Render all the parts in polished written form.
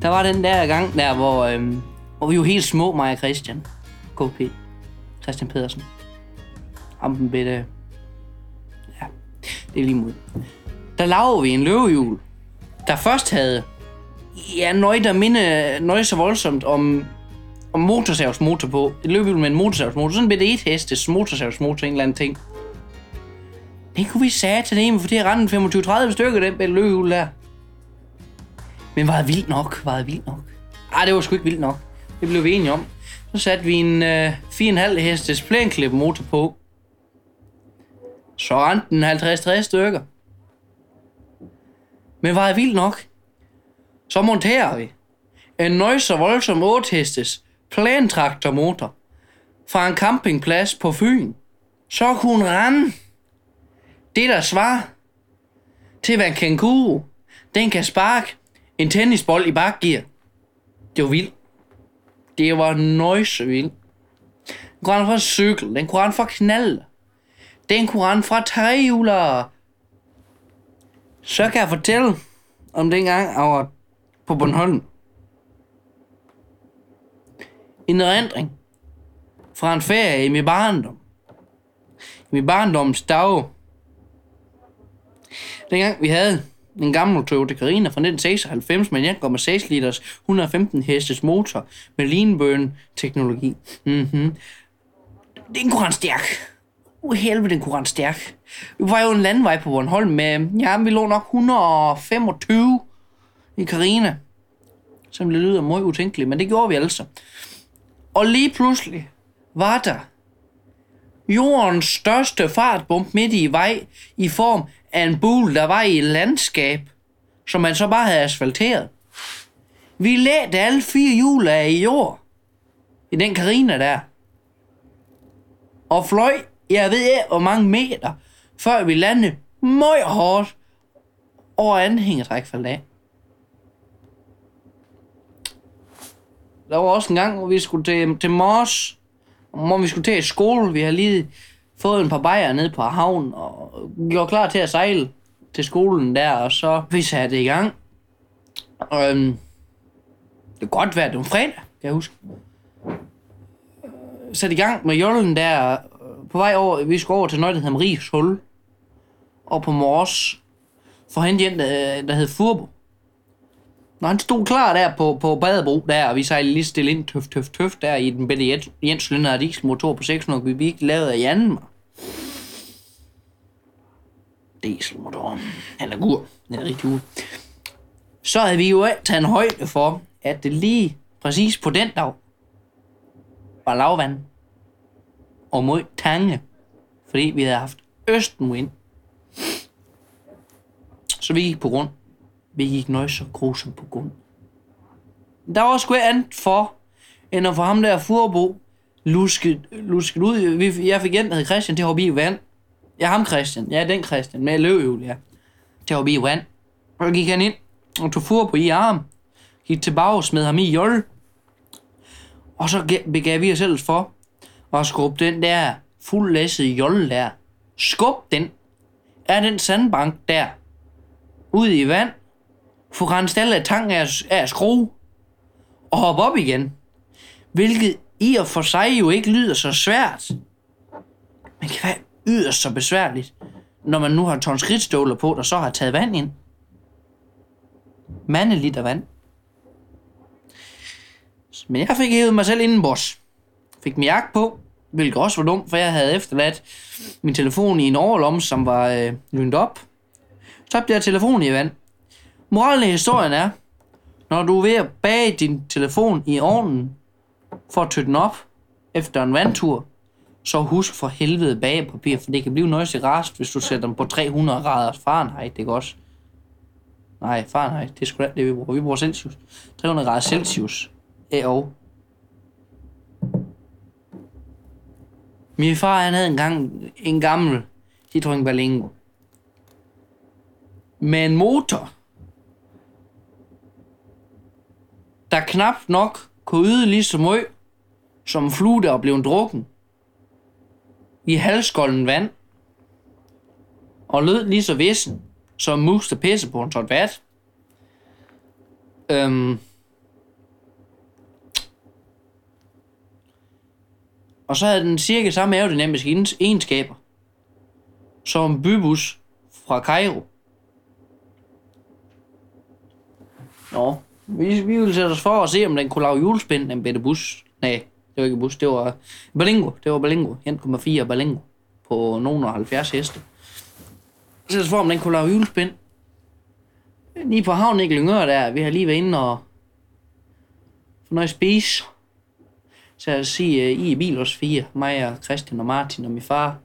Der var den der gang der, hvor vi var helt små, mig og Christian. KP. Christian Pedersen. Ham den bedte. Ja, det er lige mod. Der lavede vi en løvehjul, der først havde noget, der minder så voldsomt om motorsavsmotor på. Et løbehjul med en motorsavsmotor. Sådan en bitte 1-hestes motorsavsmotor, en eller anden ting. Det kunne vi sige til det, for det er rende 25-30 stykker, den bitte løbehjul der. Men var det vildt nok? Ej, det var sgu ikke vildt nok. Det blev vi enige om. Så satte vi en 4,5 hestes plænklip motor på. Så rendte den 50-60 stykker. Men var det vildt nok? Så monterer vi en nøjser voldsom 8 hestes plantraktormotor fra en campingplads på Fyn. Så kunne rende det, der svarer til, hvad en kænguru, den kan sparke en tennisbold i bakgear. Det var vildt. Det var nøjsevildt. Den kunne rende fra cykel, den kunne rende fra knald, den kunne rende fra trehjuler. Så kan jeg fortælle om dengang, jeg var på Bornholm. En erindring fra en ferie i min barndom. I min barndoms dag. Dengang vi havde en gammel Toyota Carina fra 1996 med en 1,6 liters 115 hestes motor med lean burn teknologi. Den kunne rende stærk. Helvede, den kunne rende stærk. Vi var jo en landvej på Bornholm med, vi lå nok 125 i Carina. Som det lyder meget utænkeligt, men det gjorde vi altså. Og lige pludselig var der jordens største fartbump midt i vej i form af en bul, der var i et landskab, som man så bare havde asfalteret. Vi lærte alle 4 hjul af i jord i den Carina der. Og fløj, jeg ved ikke hvor mange meter, før vi landede meget hårdt over anhængetræk faldt af. Der var også en gang, hvor vi skulle til Mors, hvor vi skulle til et skole. Vi havde lige fået en par bajer ned på havnen og gjorde klar til at sejle til skolen der, og så vi satte det i gang. Det kunne godt være, det var fredag, kan jeg huske. Satte i gang med jollen der på vej over. Vi skulle over til noget, der hedder Maries Hul, og på Mors, for han en, der hed Furbo. Når han stod klar der på badebro der, og vi sejlede lige stille ind tøft der i den bedre Jens-cylinder dieselmotor på 600 kubik, lavet af Janmar. Dieselmotor. Han er gur. Den er rigtig gur. Så havde vi jo taget en højde for, at det lige præcis på den dag var lavvand og mod tange, fordi vi havde haft østenvind. Så vi gik på grund. Vi gik nøjes så grusomt på grund. Der var sgu andet for, end at få ham der Furbo lusket ud. Jeg fik en, der hed Christian, til at hoppe i vand. Ja, ham Christian. Ja, den Christian med løvehjul, ja. Til at hoppe i vand. Og så gik han ind og tog Furbo i arm. Gik tilbage og smed ham i jolle. Og så begav vi os selv for at skubbe den der fuldlæssede jolle der. Skub den af den sandbank der. Ud i vand. Få renset alle tang af skrue. Og hoppe op igen. Hvilket i og for sig jo ikke lyder så svært. Men kan være yderst så besværligt, når man nu har tons skridtstøvler på, der så har taget vand ind. Mandeliter vand. Men jeg fik hævet mig selv indenbords. Fik min jakke på, hvilket også var dumt, for jeg havde efterladt min telefon i en overlomme, som var lynet op. Så tabte jeg telefonen i vand. Moralen i historien er, når du er ved at bage din telefon i ovnen for at tøtte den op efter en vandtur, så husk for helvede bagepapir, for det kan blive noget rast, hvis du sætter dem på 300 grader Fahrenheit, det kan også. Nej, Fahrenheit, det er sgu da det, vi bruger. Vi bruger Celsius. 300 grader Celsius. Og. Min far, han havde engang en gammel Citroën Berlingo. Med en motor, der knap nok kunne yde lige så meget, som en flue, der blev drukken i halvskolden vand, og lød lige så vissen, som mus, der pisser på en tot vat. Og så havde den cirka samme aerodynamiske egenskaber som bybus fra Cairo. Nå, vi ville sætte os for at se, om den kunne lave hjulspind, den bedte bus. Nej, det var ikke bus, det var Berlingo. Det var Berlingo. 1,4 Berlingo på nogen 70 heste. Så os for, om den kunne lave hjulspind. Lige på havnen i Glyngør der, vi har lige været inde og få noget spise. Så jeg sige, I er bil også 4. Mig og Christian og Martin og min far.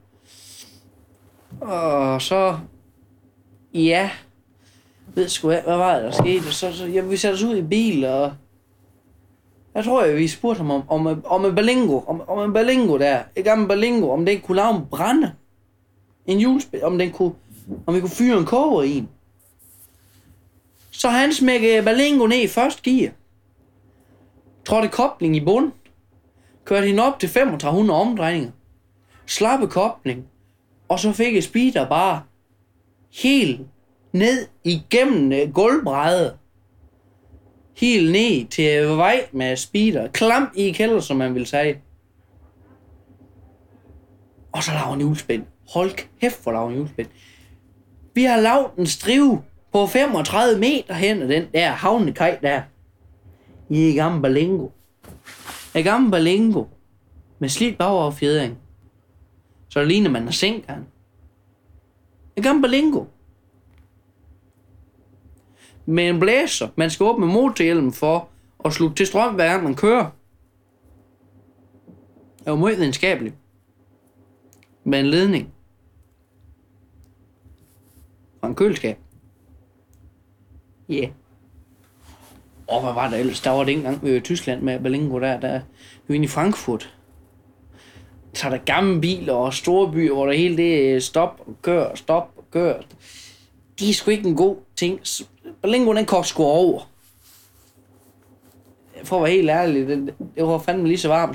Og så... Ja... ved sgu hvad var det, der skete. Så vi satte os ud i bil, og... Jeg tror, vi spurgte ham om en Berlingo. Om en Berlingo der. Et gammel Berlingo. Om den kunne lave en brænde. En hjulspil. Om vi kunne fyre en koger i en. Så han smækkede Berlingo ned i første gear. Trådte kobling i bund. Kørte hende op til 3500 omdrejninger. Slappe kobling. Og så fik jeg speeder bare helt ned igennem gulvbræddet. Helt ned til vej med speeder. Klam i kælder, som man vil sige. Og så laver en hjulspind. Hold kæft for laver en hjulspind. Vi har lavet en strive på 35 meter hen ad den der havnekaj der. I gammel Berlingo. En gammel Berlingo. Med slidt bagaffjedring. Så det ligner man har sænkt han. En gammel Berlingo. Med en blæser. Man skal åbne motorhjelmen for at slutte til strøm, hver gang man kører. Det er jo meget videnskabeligt. Med en ledning. Fra en køleskab. Ja. Yeah. Og hvad var der ellers? Der var det ikke engang ved Tyskland med Berlingo der. Vi var inde i Frankfurt. Så er der gamle biler og store byer, hvor der hele det stop og kør. De er sgu ikke en god ting. Berlingo, den kogte sgu over. For at være helt ærlig, det var fandme lige så varmt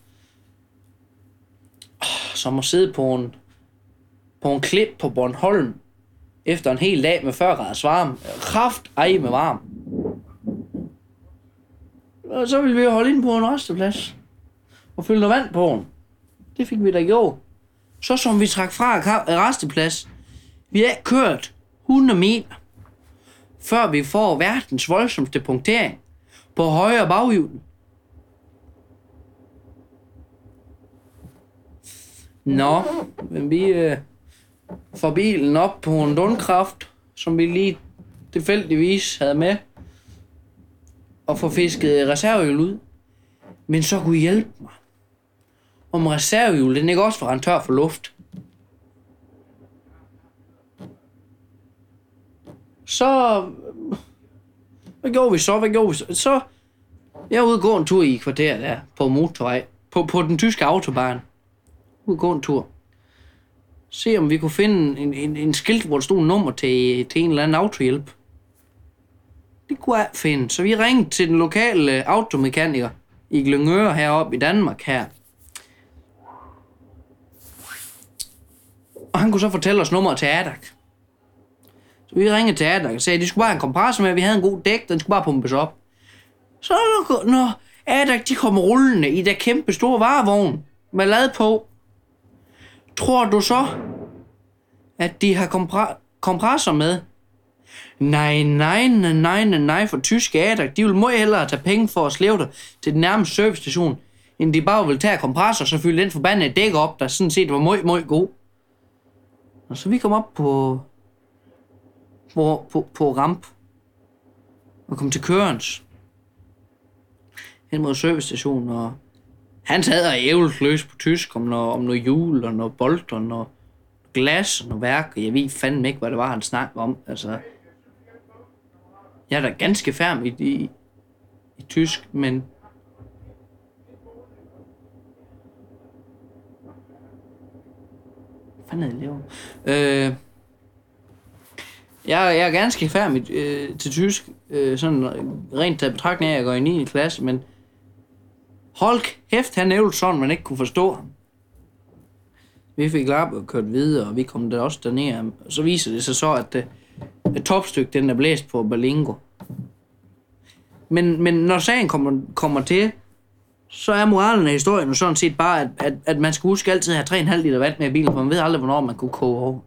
som at sidde på en klip på Bornholm efter en hel dag med 40 graders varme. Med varm. Og så ville vi holde ind på en resteplads og fylde noget vand på den. Det fik vi da gjort. Så som vi trak fra resteplads, vi har kørt 100 meter, før vi får verdens voldsomste punktering på højre baghjulen. Nå, men vi får bilen op på en Dundkraft, som vi lige tilfældigvis havde med, og får fisket reservehjul ud. Men så kunne I hjælpe mig. Om reservehjul, den ikke også for en tør for luft. Så... Hvad gjorde vi så? Så... Jeg er ude og gå en tur i kvarteret der, på motorvej. På den tyske autobahn. Ude og gå en tur. Se om vi kunne finde en skilt, hvor der stod en nummer til en eller anden autohjælp. Det kunne jeg finde. Så vi ringede til den lokale automekaniker i Glyngør heroppe i Danmark her. Og han kunne så fortælle os nummeret til Adak. Så vi ringede til Adak og sagde, at de skulle bare have en kompressor med, vi havde en god dæk, den skulle bare pumpes op. Så når Adak de kom rullende i der kæmpe store varevogn med lad på, tror du så, at de har kompressor med? Nej, for tyske Adak, de vil meget hellere tage penge for at slæve dig til den nærmeste servicestation, end de bare vil tage kompressor, så fylde den forbandede dæk op, der sådan set var meget god. Og så vi kom op på ramp og kom til kørens hen mod servicestationen, og han sad og ævlet løs på tysk om noget hjul og noget bolt og noget glas og noget værk, og jeg ved fandme ikke, hvad det var, han snakkede om. Altså, jeg er da ganske færm i tysk, men hvad fanden er det, laver? Jeg er ganske færdig til tysk, sådan rent taget betragtning af, at jeg går i 9. klasse, men hold kæft, han ævlede sådan, man ikke kunne forstå ham. Vi fik lappet og kørt videre, og vi kom der også dernede, og så viser det sig så, at et topstykke, den er blæst på Berlingo. Men når sagen kommer til, så er moralen af historien jo sådan set bare, at man skal huske altid at have 3,5 liter vand med i bilen, for man ved aldrig, hvornår man kunne koge over.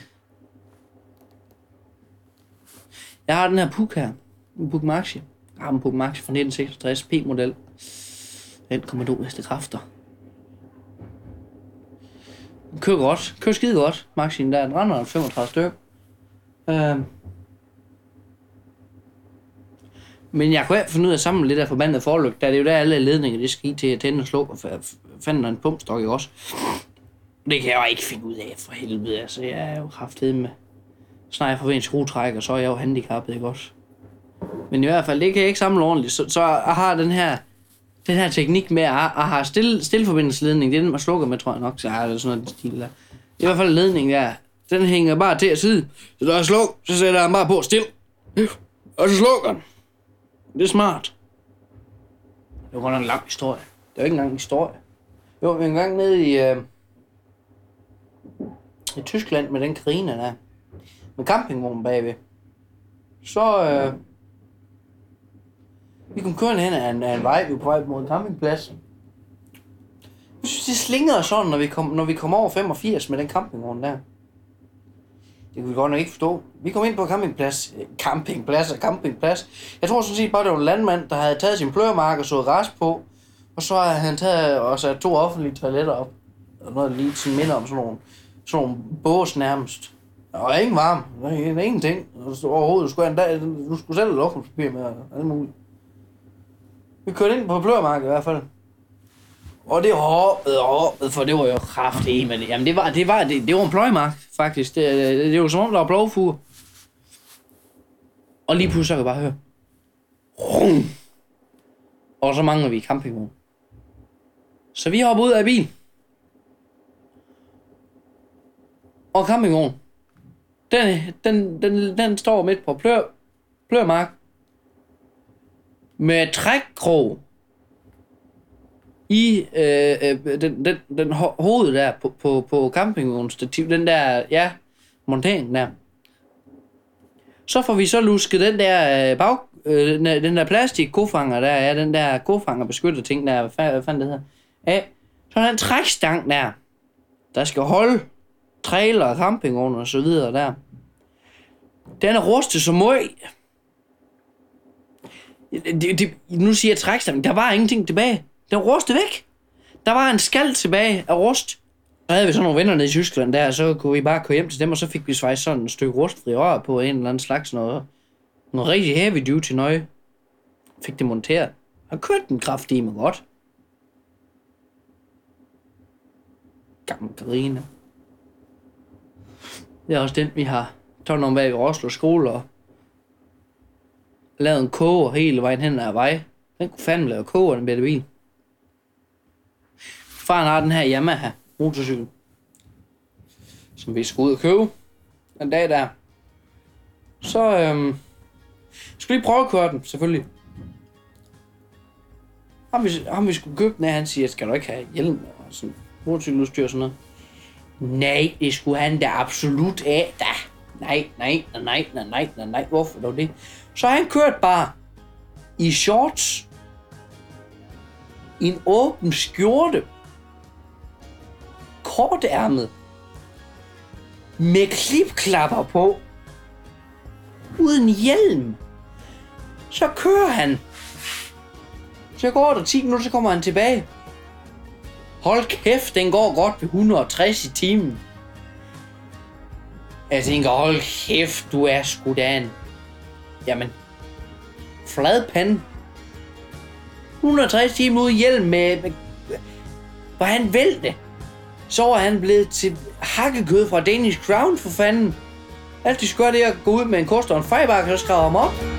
Jeg har den her Puch her. En Puch Maxi. Jeg har en Puch Maxi fra 1966 P-model. 1,2 hestekræfter. Den kører godt. Kører skide godt. Maxien der. Den render 35 stykker. Men jeg kunne ikke finde ud af at samle lidt af forbandet forlygt. Der er det jo der alle ledninger, det skal i til at tænde og slukke. Og fandt der en pumpstok også. Det kan jeg jo ikke finde ud af for helvede. Altså, jeg er jo kraftedet med. Snart jeg får en skruetrækker, så er jeg jo handicappet, ikke også? Men i hvert fald, det kan jeg ikke samle ordentligt. Så jeg har den her teknik med at have stilleforbindelsesledning. Det er den, man slukker med, tror jeg nok. Så er det sådan noget stil der. I hvert fald ledningen der. Den hænger bare til at side. Så når jeg slukker, så sætter jeg bare på stil. Og så slukker den. Det er smart. Det var godt nok en lang historie. Det var ikke engang en historie. Jo, vi var engang nede i Tyskland med den Carina der. Med campingvognen bagved. Så vi kom kørende hen af en vej, vi var på vej mod en campingplads. Jeg synes, det slingede sådan, når vi kom over 85 med den campingvogn der. Det kunne vi godt nok ikke forstå. Vi kom ind på campingplads. Jeg tror sådan set bare, det var en landmand, der havde taget sin pløremark og så græs på. Og så havde han taget og sat 2 offentlige toiletter op. Og noget lige sådan minder om sådan nogle bås nærmest. Der var ingen varme. Der var ingenting. Overhovedet. Du skulle selv have luftingspapir med og alt muligt. Vi kørte ind på pløremark i hvert fald. Og det hoppede, for det var jo kraftigt, men jamen det var en pløjemark, faktisk. Det var som om, der var plovfuger. Og lige pludselig så kan jeg bare høre. Rum. Og så mangler vi campingvogn. Så vi hopper ud af bilen. Og campingvogn. Den står midt på pløjemark. Med trækkrog. I den hoved der på campingvognstativ, den der, ja, monteringen der. Så får vi så lusket den der den der plastik kofanger der, ja, den der kofanger beskytter ting der, hvad fanden det hedder, ja, så er den trækstang der skal holde trailer, campingvogn og så videre der. Den er rustet som møg. Nu siger jeg trækstang, der var ingenting tilbage. Den rustede væk. Der var en skal tilbage af rust. Så havde vi sådan nogle venner nede i Tyskland der, så kunne vi bare køre hjem til dem, og så fik vi svejst sådan et stykke rustfri rør på en eller anden slags noget rigtig heavy duty nøje. Fik det monteret. Og kørte den kraftigt med godt. Gammel Carina. Det er også den, vi har taget om bag ved Oslo skole og lavet en koger hele vejen hen ad vej. Den kunne fandme lave koger, den bedre bil. Faren har den her Yamaha motorcykel, som vi skulle ud og købe en dag der. Så skulle vi prøve at køre den, selvfølgelig. Ham vi skulle købe den af, han siger, skal du ikke have hjelm og sådan motorcykeludstyr og sådan noget? Nej, det skulle han da absolut af da. Nej, hvorfor dog det? Så han kørte bare i shorts, i en åben skjorte, kortærmet, med klipklapper på, uden hjelm. Så kører han. Så går der 10 minutter, så kommer han tilbage. Hold kæft, den går godt ved 160 i timen. Jeg tænker, hold kæft, du er sgu da en. Jamen, fladpande. 160 timer uden hjelm med hvor han vælte. Så var han blevet til hakkekød fra Danish Crown for fanden. Alt de skulle gøre det at gå ud med en koster og en fejbakke, så skrev ham op.